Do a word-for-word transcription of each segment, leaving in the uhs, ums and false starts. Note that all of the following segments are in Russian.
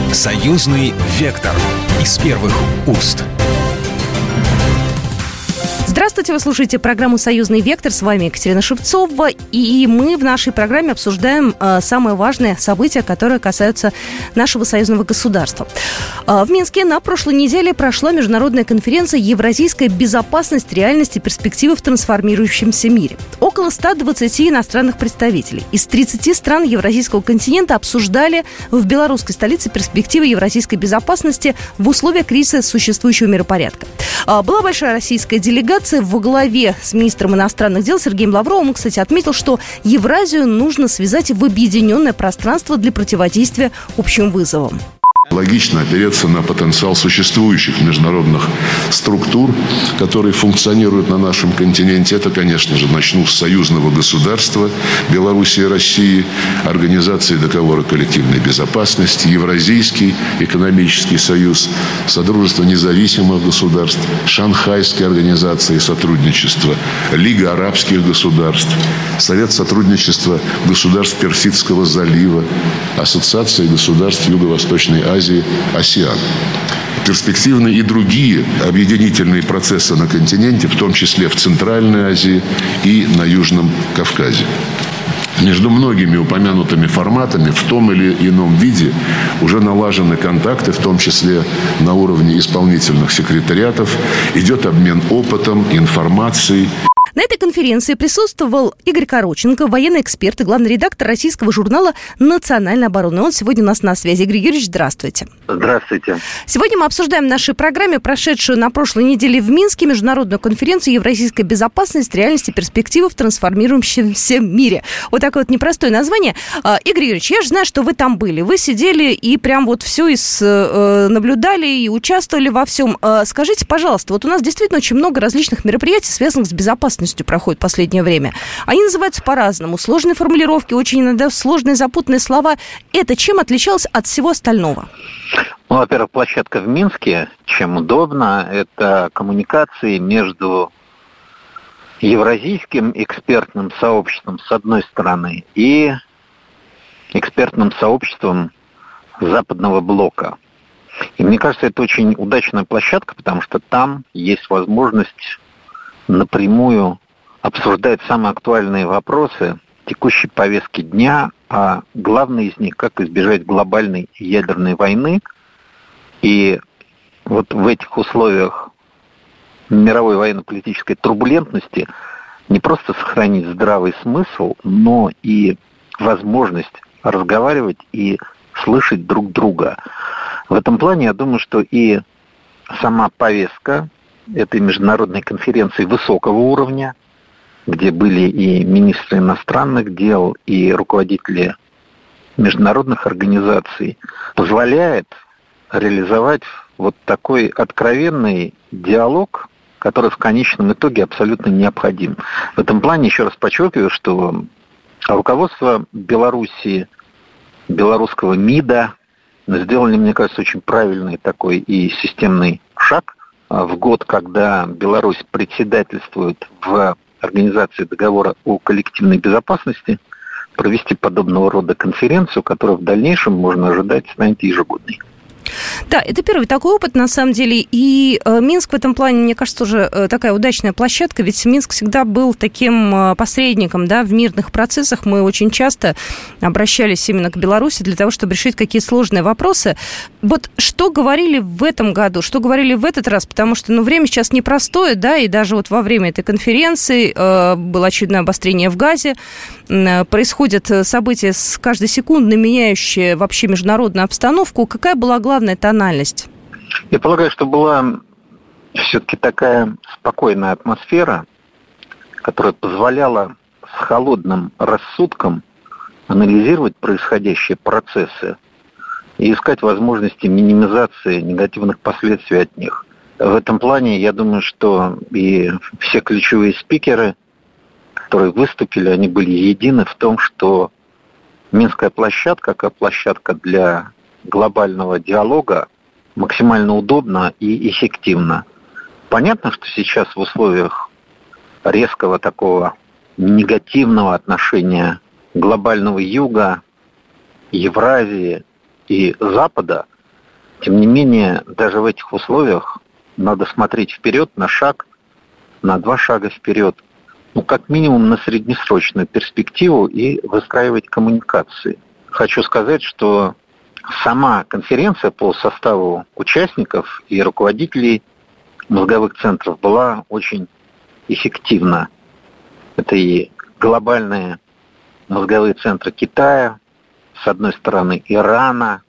Союзный вектор из первых уст. Здравствуйте, вы слушаете программу «Союзный вектор». С вами Екатерина Шевцова. И мы в нашей программе обсуждаем э, самые важные события, которые касаются нашего союзного государства. Э, в Минске на прошлой неделе прошла международная конференция «Евразийская безопасность, реальность и перспективы в трансформирующемся мире». Около ста двадцати иностранных представителей из тридцати стран Евразийского континента обсуждали в белорусской столице перспективы евразийской безопасности в условиях кризиса существующего миропорядка. Э, была большая российская делегация во главе с министром иностранных дел Сергеем Лавровым. Он, кстати, отметил, что Евразию нужно связать в объединенное пространство для противодействия общим вызовам. Логично опереться на потенциал существующих международных структур, которые функционируют на нашем континенте. Это, конечно же, начну с союзного государства Беларуси и России, Организации договора коллективной безопасности, Евразийский экономический союз, Содружество независимых государств, Шанхайские организации сотрудничества, Лига арабских государств, Совет сотрудничества государств Персидского залива, Ассоциация государств Юго-Восточной Азии, АСЕАН. Перспективны и другие объединительные процессы на континенте, в том числе в Центральной Азии и на Южном Кавказе. Между многими упомянутыми форматами в том или ином виде уже налажены контакты, в том числе на уровне исполнительных секретариатов. Идет обмен опытом, информацией. На этой конференции присутствовал Игорь Короченко, военный эксперт и главный редактор российского журнала «Национальная оборона». Он сегодня у нас на связи. Игорь Юрьевич, здравствуйте. Здравствуйте. Сегодня мы обсуждаем в нашей программе прошедшую на прошлой неделе в Минске международную конференцию «Евразийская безопасность, реальность и перспективы в трансформирующемся мире». Вот такое вот непростое название. Игорь Юрьевич, я же знаю, что вы там были. Вы сидели и прям вот все и наблюдали, и участвовали во всем. Скажите, пожалуйста, вот у нас действительно очень много различных мероприятий, связанных с безопасностью, проходит в последнее время. Они называются по-разному. Сложные формулировки, очень иногда сложные запутанные слова. Это чем отличалось от всего остального? Ну, во-первых, площадка в Минске. Чем удобно, это коммуникации между евразийским экспертным сообществом с одной стороны и экспертным сообществом западного блока. И мне кажется, это очень удачная площадка, потому что там есть возможность напрямую обсуждать самые актуальные вопросы текущей повестки дня, а главный из них, как избежать глобальной ядерной войны. И вот в этих условиях мировой военно-политической турбулентности не просто сохранить здравый смысл, но и возможность разговаривать и слышать друг друга. В этом плане я думаю, что и сама повестка этой международной конференции высокого уровня, где были и министры иностранных дел, и руководители международных организаций, позволяет реализовать вот такой откровенный диалог, который в конечном итоге абсолютно необходим. В этом плане еще раз подчеркиваю, что руководство Белоруссии, белорусского МИДа сделали, мне кажется, очень правильный такой и системный шаг в год, когда Беларусь председательствует в Организации договора о коллективной безопасности, провести подобного рода конференцию, которую в дальнейшем можно ожидать станет ежегодной. Да, это первый такой опыт, на самом деле, и э, Минск в этом плане, мне кажется, тоже э, такая удачная площадка, ведь Минск всегда был таким э, посредником, да, в мирных процессах. Мы очень часто обращались именно к Беларуси для того, чтобы решить какие-то сложные вопросы. Вот что говорили в этом году, что говорили в этот раз, потому что, ну, время сейчас непростое, да, и даже вот во время этой конференции э, было очередное обострение в Газе, э, происходят события с каждой секундой меняющие вообще международную обстановку. Какая была главная тональность? Я полагаю, что была все-таки такая спокойная атмосфера, которая позволяла с холодным рассудком анализировать происходящие процессы и искать возможности минимизации негативных последствий от них. В этом плане, я думаю, что и все ключевые спикеры, которые выступили, они были едины в том, что Минская площадка, как площадка для глобального диалога, максимально удобно и эффективно. Понятно, что сейчас в условиях резкого такого негативного отношения глобального юга, Евразии и Запада Тем не менее, даже в этих условиях надо смотреть вперед на шаг, на два шага вперед. Ну, как минимум на среднесрочную перспективу и выстраивать коммуникации. Хочу сказать, что сама конференция по составу участников и руководителей мозговых центров была очень эффективна. Это и глобальные мозговые центры Китая, с одной стороны Ирана,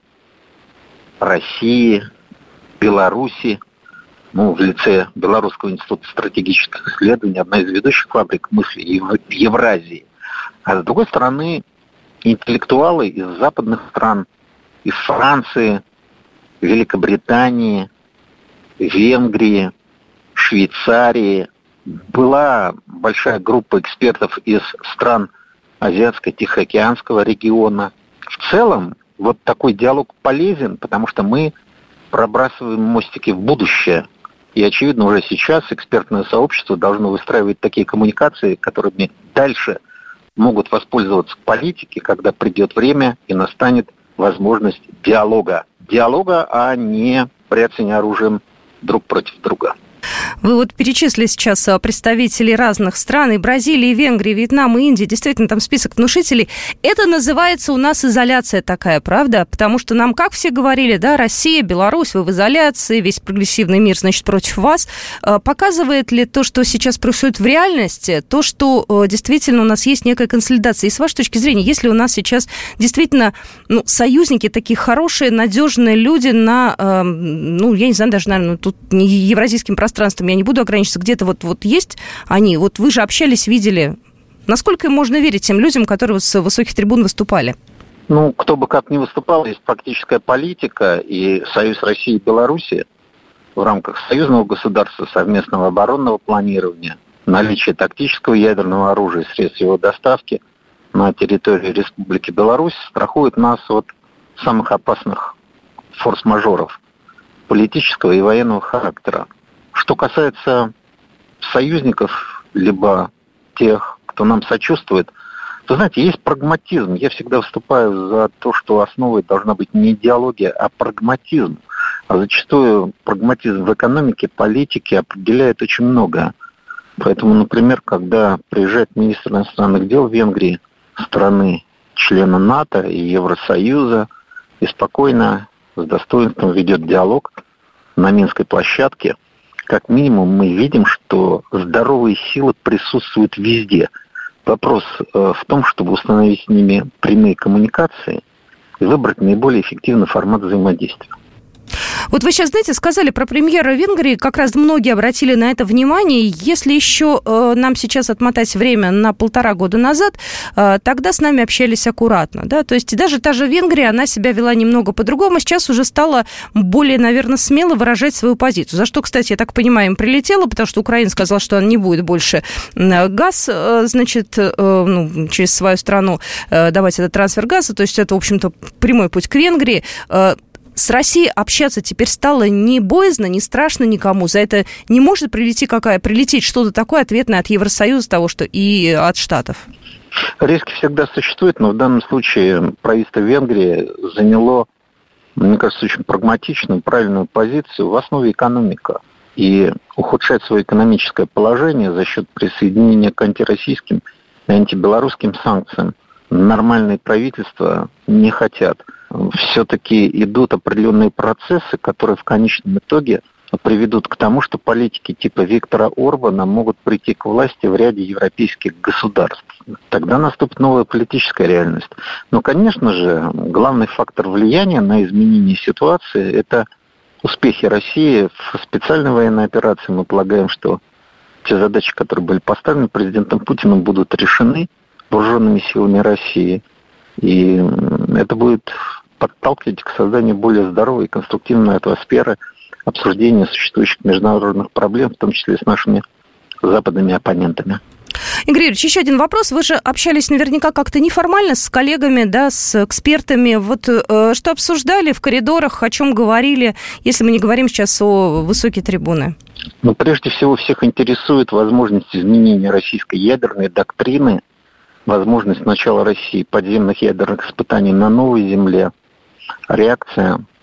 России, Беларуси, ну, в лице Белорусского института стратегических исследований, одна из ведущих фабрик мысли в Евразии. А с другой стороны, интеллектуалы из западных стран, из Франции, Великобритании, Венгрии, Швейцарии. Была большая группа экспертов из стран Азиатско-Тихоокеанского региона. В целом, вот такой диалог полезен, потому что мы пробрасываем мостики в будущее. И, очевидно, уже сейчас экспертное сообщество должно выстраивать такие коммуникации, которыми дальше могут воспользоваться политики, когда придет время и настанет возможность диалога. Диалога, а не бряцания оружием друг против друга. Вы вот перечислили сейчас представителей разных стран, и Бразилии, и Венгрии, Вьетнам, и Индии. Действительно, там список внушителей. Это называется у нас изоляция такая, правда? Потому что нам, как все говорили, да, Россия, Беларусь, вы в изоляции, весь прогрессивный мир, значит, против вас. Показывает ли то, что сейчас происходит в реальности, то, что действительно у нас есть некая консолидация? И с вашей точки зрения, есть ли у нас сейчас действительно ну, союзники, такие хорошие, надежные люди на, ну, я не знаю, даже, наверное, тут не евразийским пространством, я не буду ограничиваться, где-то вот, вот есть они, вот вы же общались, видели. Насколько можно верить тем людям, которые с высоких трибун выступали? Ну, кто бы как ни выступал, есть практическая политика, и Союз России и Беларуси в рамках союзного государства, совместного оборонного планирования, наличие тактического ядерного оружия, средств его доставки на территории Республики Беларусь страхует нас от самых опасных форс-мажоров политического и военного характера. Что касается союзников, либо тех, кто нам сочувствует, то, знаете, есть прагматизм. Я всегда выступаю за то, что основой должна быть не идеология, а прагматизм. А зачастую прагматизм в экономике, политике определяет очень многое. Поэтому, например, когда приезжает министр иностранных дел Венгрии, страны члена НАТО и Евросоюза, и спокойно, с достоинством ведет диалог на Минской площадке, как минимум мы видим, что здоровые силы присутствуют везде. Вопрос э, в том, чтобы установить с ними прямые коммуникации и выбрать наиболее эффективный формат взаимодействия. Вот вы сейчас, знаете, сказали про премьера Венгрии, как раз многие обратили на это внимание. Если еще э, нам сейчас отмотать время на полтора года назад, э, тогда с нами общались аккуратно, да, то есть даже та же Венгрия, она себя вела немного по-другому, сейчас уже стала более, наверное, смело выражать свою позицию, за что, кстати, я так понимаю, им прилетело, потому что Украина сказала, что она не будет больше газ, э, значит, э, ну, через свою страну э, давать этот трансфер газа, то есть это, в общем-то, прямой путь к Венгрии. э, С Россией общаться теперь стало не боязно, не страшно никому. За это не может прилететь, какая, прилететь что-то такое ответное от Евросоюза, того, что и от Штатов? Риски всегда существуют, но в данном случае правительство Венгрии заняло, мне кажется, очень прагматичную, правильную позицию. В основе экономика. И ухудшать свое экономическое положение за счет присоединения к антироссийским и антибелорусским санкциям нормальные правительства не хотят. Все-таки идут определенные процессы, которые в конечном итоге приведут к тому, что политики типа Виктора Орбана могут прийти к власти в ряде европейских государств. Тогда наступит новая политическая реальность. Но, конечно же, главный фактор влияния на изменение ситуации – это успехи России в специальной военной операции. Мы полагаем, что те задачи, которые были поставлены президентом Путиным, будут решены вооруженными силами России. И это будет подталкивать к созданию более здоровой и конструктивной атмосферы обсуждения существующих международных проблем, в том числе с нашими западными оппонентами. Игорь Юрьевич, еще один вопрос. Вы же общались наверняка как-то неформально с коллегами, да, с экспертами. Вот э, что обсуждали в коридорах, о чем говорили, если мы не говорим сейчас о высокие трибуны? Ну, прежде всего, всех интересует возможность изменения российской ядерной доктрины, возможность начала России подземных ядерных испытаний на новой земле, реакция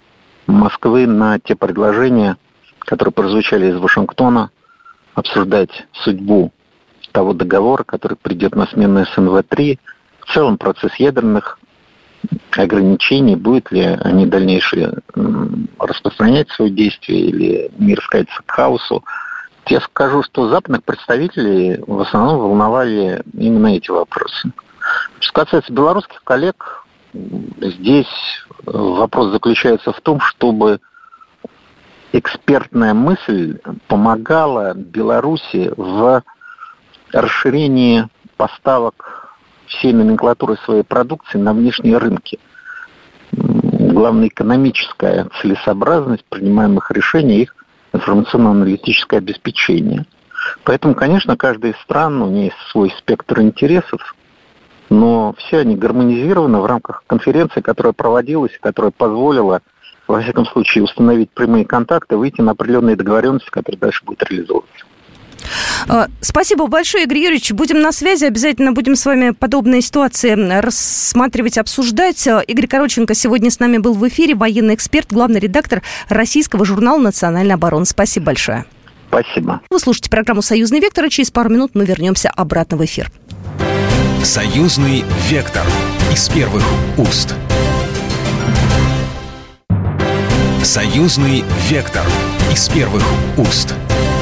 Москвы на те предложения, которые прозвучали из Вашингтона, обсуждать судьбу того договора, который придет на смену эс эн вэ три, в целом процесс ядерных ограничений, будет ли они дальнейшие распространять свои действия или мир скатится к хаосу. Я скажу, что западных представителей в основном волновали именно эти вопросы. Что касается белорусских коллег, здесь вопрос заключается в том, чтобы экспертная мысль помогала Беларуси в расширении поставок всей номенклатуры своей продукции на внешние рынки. Главное, экономическая целесообразность принимаемых решений, их информационно-аналитическое обеспечение. Поэтому, конечно, каждая из стран, у нее есть свой спектр интересов, но все они гармонизированы в рамках конференции, которая проводилась, которая позволила, во всяком случае, установить прямые контакты, выйти на определенные договоренности, которые дальше будут реализовываться. Спасибо большое, Игорь Юрьевич. Будем на связи, обязательно будем с вами подобные ситуации рассматривать, обсуждать. Игорь Коротченко сегодня с нами был в эфире, военный эксперт, главный редактор российского журнала «Национальная оборона». Спасибо большое. Спасибо. Вы слушаете программу «Союзный вектор», и через пару минут мы вернемся обратно в эфир. «Союзный вектор» из первых уст. «Союзный вектор» из первых уст.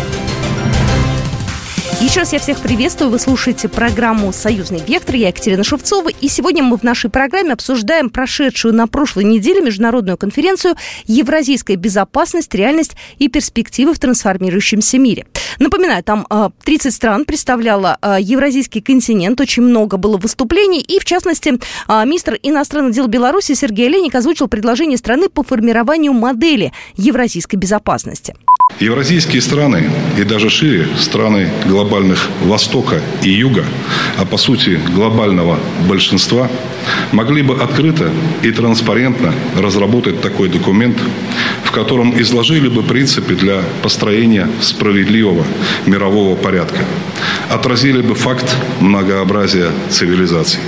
Еще раз я всех приветствую. Вы слушаете программу «Союзный вектор». Я Екатерина Шевцова. И сегодня мы в нашей программе обсуждаем прошедшую на прошлой неделе международную конференцию «Евразийская безопасность, реальность и перспективы в трансформирующемся мире». Напоминаю, там тридцать стран представляло евразийский континент. Очень много было выступлений. И, в частности, министр иностранных дел Беларуси Сергей Олейник озвучил предложение страны по формированию модели евразийской безопасности. Евразийские страны и даже шире страны глобальных Востока и Юга, а по сути глобального большинства, могли бы открыто и транспарентно разработать такой документ, в котором изложили бы принципы для построения справедливого мирового порядка, отразили бы факт многообразия цивилизаций.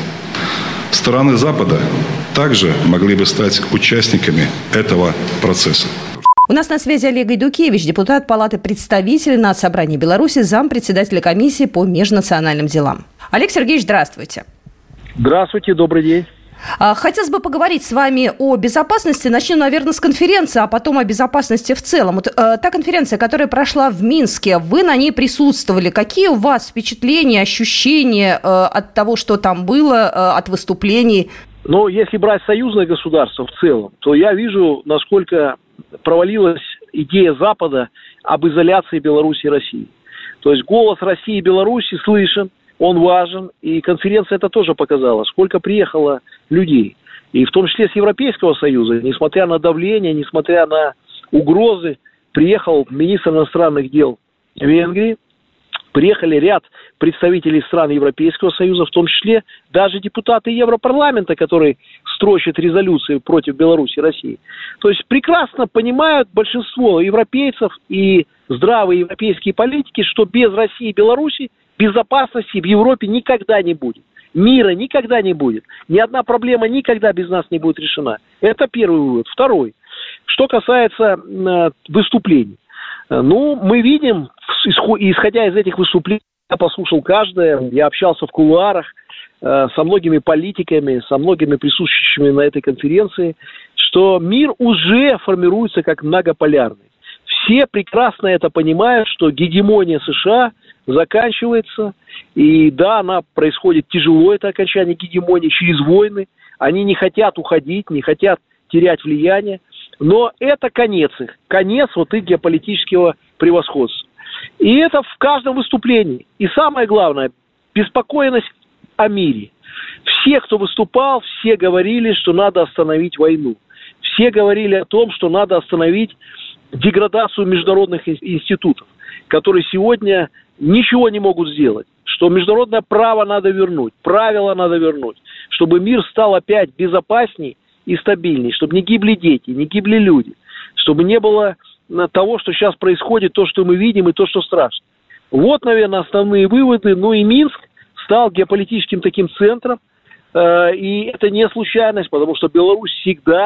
Страны Запада также могли бы стать участниками этого процесса. У нас на связи Олег Гайдукевич, депутат Палаты представителей Нацсобрания Беларуси, зампредседателя комиссии по межнациональным делам. Олег Сергеевич, здравствуйте. Здравствуйте, добрый день. Хотелось бы поговорить с вами о безопасности. Начнем, наверное, с конференции, а потом о безопасности в целом. Вот, э, та конференция, которая прошла в Минске, вы на ней присутствовали. Какие у вас впечатления, ощущения э, от того, что там было, э, от выступлений? Но если брать союзное государство в целом, то я вижу, насколько провалилась идея Запада об изоляции Беларуси и России. То есть голос России и Беларуси слышен, он важен, и конференция это тоже показала, сколько приехало людей. И в том числе с Европейского Союза, несмотря на давление, несмотря на угрозы, приехал министр иностранных дел Венгрии, приехали ряд представителей стран Европейского Союза, в том числе даже депутаты Европарламента, которые строчат резолюции против Беларуси и России. То есть прекрасно понимают большинство европейцев и здравые европейские политики, что без России и Беларуси безопасности в Европе никогда не будет. Мира никогда не будет. Ни одна проблема никогда без нас не будет решена. Это первый вывод. Второй. Что касается э, выступлений. Ну, мы видим, исходя из этих выступлений, я послушал каждое, я общался в кулуарах э, со многими политиками, со многими присутствующими на этой конференции, что мир уже формируется как многополярный. Все прекрасно это понимают, что гегемония США заканчивается, и да, она происходит тяжело, это окончание гегемонии, через войны. Они не хотят уходить, не хотят терять влияние. Но это конец их, конец вот их геополитического превосходства. И это в каждом выступлении. И самое главное, беспокойность о мире. Все, кто выступал, все говорили, что надо остановить войну. Все говорили о том, что надо остановить деградацию международных институтов, которые сегодня ничего не могут сделать. Что международное право надо вернуть, правила надо вернуть, чтобы мир стал опять безопасней и стабильней, чтобы не гибли дети, не гибли люди, чтобы не было того, что сейчас происходит, то, что мы видим, и то, что страшно. Вот, наверное, основные выводы. Ну и Минск стал геополитическим таким центром, э, и это не случайность, потому что Беларусь всегда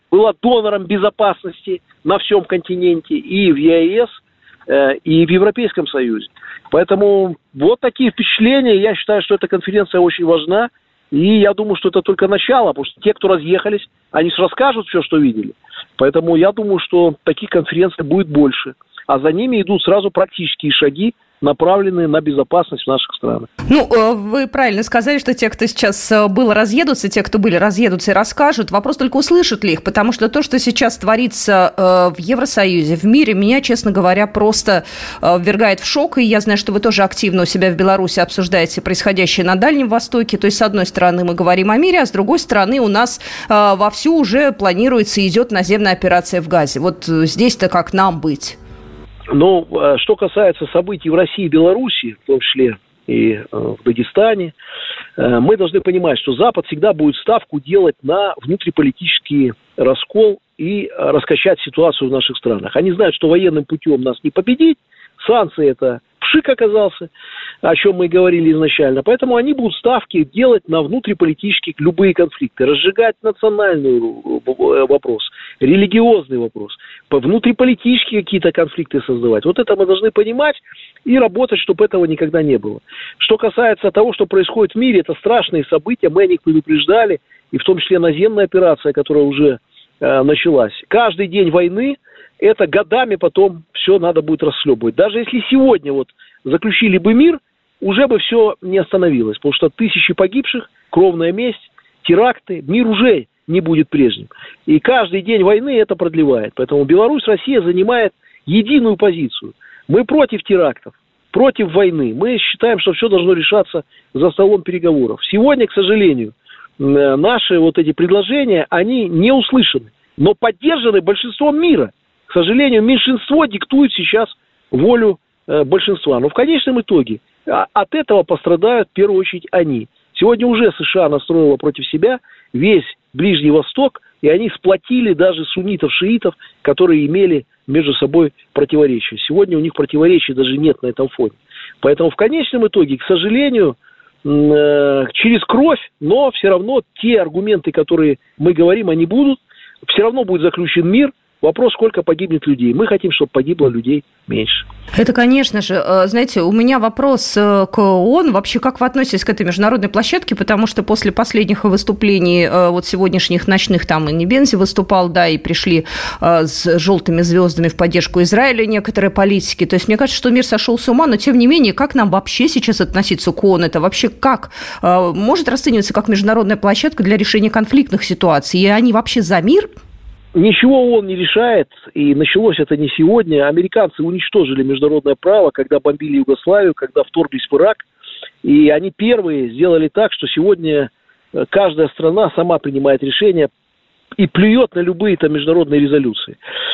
была донором безопасности на всем континенте, и в ЕАЭС, и в Европейском Союзе. Поэтому вот такие впечатления. Я считаю, что эта конференция очень важна. И я думаю, что это только начало, потому что те, кто разъехались, они же расскажут все, что видели. Поэтому я думаю, что таких конференций будет больше. А за ними идут сразу практические шаги, направленные на безопасность в наших странах. Ну, вы правильно сказали, что те, кто сейчас был, разъедутся, те, кто были, разъедутся и расскажут. Вопрос только, услышат ли их, потому что то, что сейчас творится в Евросоюзе, в мире, меня, честно говоря, просто ввергает в шок. И я знаю, что вы тоже активно у себя в Беларуси обсуждаете происходящее на Дальнем Востоке. То есть, с одной стороны, мы говорим о мире, а с другой стороны, у нас вовсю уже планируется и идет наземная операция в Газе. Вот здесь-то как нам быть? Но что касается событий в России и Беларуси, в том числе и в Дагестане, мы должны понимать, что Запад всегда будет ставку делать на внутриполитический раскол и раскачать ситуацию в наших странах. Они знают, что военным путем нас не победить, санкции – это пшик оказался, о чем мы и говорили изначально. Поэтому они будут ставки делать на внутриполитические любые конфликты, разжигать национальный вопрос, религиозный вопрос, внутриполитические какие-то конфликты создавать. Вот это мы должны понимать и работать, чтобы этого никогда не было. Что касается того, что происходит в мире, это страшные события, мы о них предупреждали, и в том числе наземная операция, которая уже э, началась. Каждый день войны это годами потом все надо будет расхлебывать. Даже если сегодня вот заключили бы мир, уже бы все не остановилось. Потому что тысячи погибших, кровная месть, теракты, мир уже не будет прежним. И каждый день войны это продлевает. Поэтому Беларусь, Россия занимает единую позицию. Мы против терактов, против войны. Мы считаем, что все должно решаться за столом переговоров. Сегодня, к сожалению, наши вот эти предложения, они не услышаны, но поддержаны большинством мира. К сожалению, меньшинство диктует сейчас волю э, большинства. Но в конечном итоге а, от этого пострадают в первую очередь они. Сегодня уже США настроила против себя весь Ближний Восток, и они сплотили даже суннитов, шиитов, которые имели между собой противоречия. Сегодня у них противоречий даже нет на этом фоне. Поэтому в конечном итоге, к сожалению, э, через кровь, но все равно те аргументы, которые мы говорим, они будут. Все равно будет заключен мир. Вопрос, сколько погибнет людей. Мы хотим, чтобы погибло людей меньше. Это, конечно же. Знаете, у меня вопрос к ООН. Вообще, как вы относитесь к этой международной площадке? Потому что после последних выступлений, вот сегодняшних ночных, там и Небензи выступал, да, и пришли с желтыми звездами в поддержку Израиля некоторые политики. То есть, мне кажется, что мир сошел с ума, но, тем не менее, как нам вообще сейчас относиться к ООН? Это вообще как? Может расцениваться как международная площадка для решения конфликтных ситуаций? И они вообще за мир? Ничего ООН не решает, и началось это не сегодня. Американцы уничтожили международное право, когда бомбили Югославию, когда вторглись в Ирак. И они первые сделали так, что сегодня каждая страна сама принимает решения и плюет на любые там международные резолюции.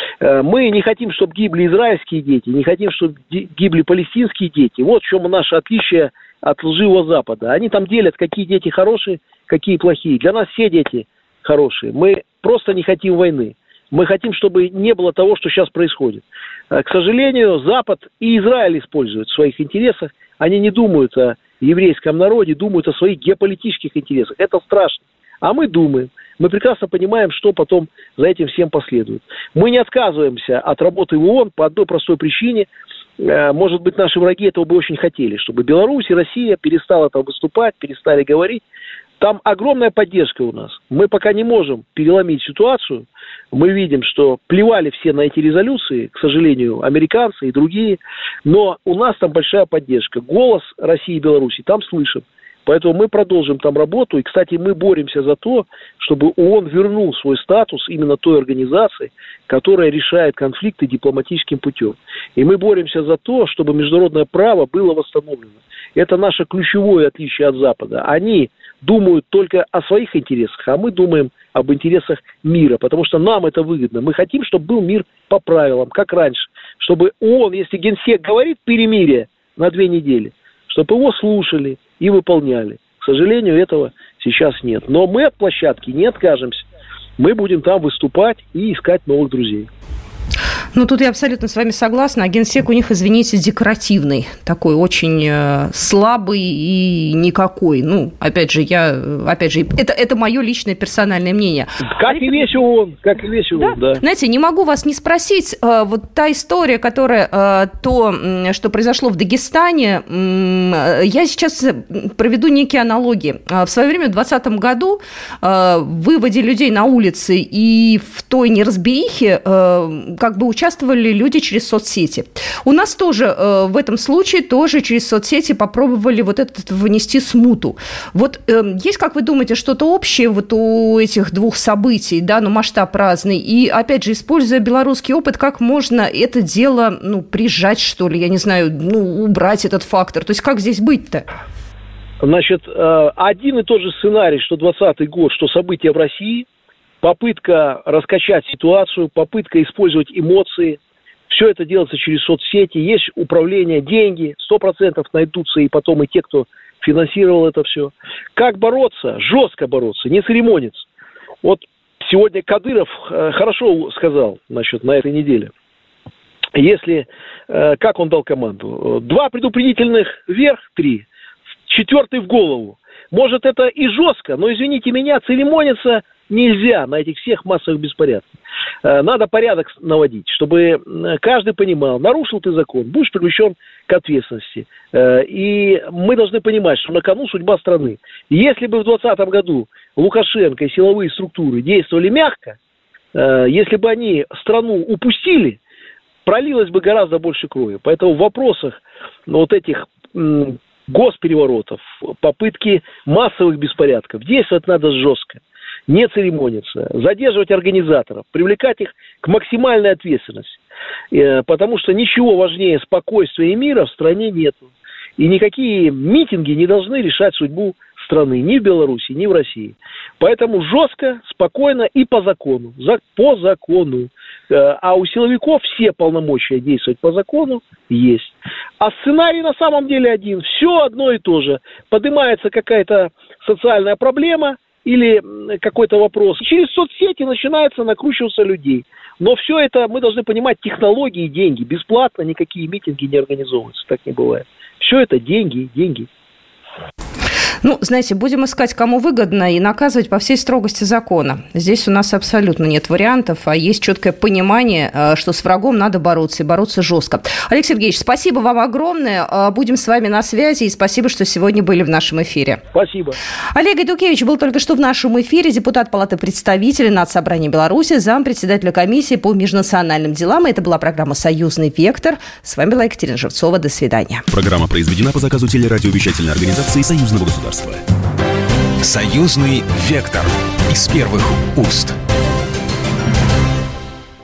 Мы не хотим, чтобы гибли израильские дети, не хотим, чтобы гибли палестинские дети. Вот в чем наше отличие от лживого Запада. Они там делят, какие дети хорошие, какие плохие. Для нас все дети хорошие. Мы просто не хотим войны. Мы хотим, чтобы не было того, что сейчас происходит. К сожалению, Запад и Израиль используют в своих интересах. Они не думают о еврейском народе, думают о своих геополитических интересах. Это страшно. А мы думаем. Мы прекрасно понимаем, что потом за этим всем последует. Мы не отказываемся от работы в ООН по одной простой причине. Может быть, наши враги этого бы очень хотели, чтобы Беларусь и Россия перестала там выступать, перестали говорить. Там огромная поддержка у нас. Мы пока не можем переломить ситуацию. Мы видим, что плевали все на эти резолюции, к сожалению, американцы и другие. Но у нас там большая поддержка. Голос России и Беларуси там слышим. Поэтому мы продолжим там работу. И, кстати, мы боремся за то, чтобы ООН вернул свой статус именно той организации, которая решает конфликты дипломатическим путем. И мы боремся за то, чтобы международное право было восстановлено. Это наше ключевое отличие от Запада. Они думают только о своих интересах, а мы думаем об интересах мира, потому что нам это выгодно. Мы хотим, чтобы был мир по правилам, как раньше. Чтобы ООН, если Генсек говорит перемирие на две недели, чтобы его слушали и выполняли. К сожалению, этого сейчас нет. Но мы от площадки не откажемся. Мы будем там выступать и искать новых друзей. Ну, тут я абсолютно с вами согласна. А генсек у них, извините, декоративный. Такой очень э, слабый и никакой. Ну, опять же, я... Опять же, это, это мое личное персональное мнение. Как и весь ООН. Как и весь ООН, да. да. Знаете, не могу вас не спросить. Э, вот та история, которая... Э, то, что произошло в Дагестане, э, я сейчас проведу некие аналогии. Э, в свое время, в двадцатом году, э, выводили людей на улицы, и в той неразберихе э, как бы участвовали участвовали люди через соцсети. У нас тоже э, в этом случае тоже через соцсети попробовали вот этот внести смуту. Вот э, есть, как вы думаете, что-то общее вот у этих двух событий, да, но масштаб разный, и, опять же, используя белорусский опыт, как можно это дело, ну, прижать, что ли, я не знаю, ну, убрать этот фактор? То есть как здесь быть-то? Значит, один и тот же сценарий, что двадцатый год, что события в России, попытка раскачать ситуацию, попытка использовать эмоции. Все это делается через соцсети. Есть управление, деньги. Сто процентов найдутся и потом и те, кто финансировал это все. Как бороться? Жестко бороться, не церемониться. Вот сегодня Кадыров хорошо сказал, значит, на этой неделе. Если, как он дал команду? Два предупредительных вверх, три. Четвертый в голову. Может, это и жестко, но, извините меня, церемониться нельзя на этих всех массовых беспорядках. Надо порядок наводить, чтобы каждый понимал, нарушил ты закон, будешь привлечен к ответственности. И мы должны понимать, что на кону судьба страны. Если бы в двадцатом году Лукашенко и силовые структуры действовали мягко, если бы они страну упустили, пролилось бы гораздо больше крови. Поэтому в вопросах вот этих госпереворотов, попытки массовых беспорядков действовать надо жестко. Не церемониться, задерживать организаторов, привлекать их к максимальной ответственности. Потому что ничего важнее спокойствия и мира в стране нету. И никакие митинги не должны решать судьбу страны ни в Беларуси, ни в России. Поэтому жестко, спокойно и по закону. По закону. А у силовиков все полномочия действовать по закону есть. А сценарий на самом деле один. Все одно и то же. Поднимается какая-то социальная проблема, или какой-то вопрос. Через соцсети начинается накручиваться людей. Но все это, мы должны понимать, технологии и деньги. Бесплатно никакие митинги не организовываются. Так не бывает. Все это деньги, деньги. Ну, знаете, будем искать, кому выгодно, и наказывать по всей строгости закона. Здесь у нас абсолютно нет вариантов, а есть четкое понимание, что с врагом надо бороться, и бороться жестко. Алексей Сергеевич, спасибо вам огромное. Будем с вами на связи, и спасибо, что сегодня были в нашем эфире. Спасибо. Олег Гайдукевич был только что в нашем эфире, депутат Палаты представителей Надсобрания Беларуси, зампредседателя комиссии по межнациональным делам. И это была программа «Союзный вектор». С вами была Екатерина Шевцова. До свидания. Программа произведена по заказу телерадиовещательной организации Союзного государства. Союзный вектор из первых уст.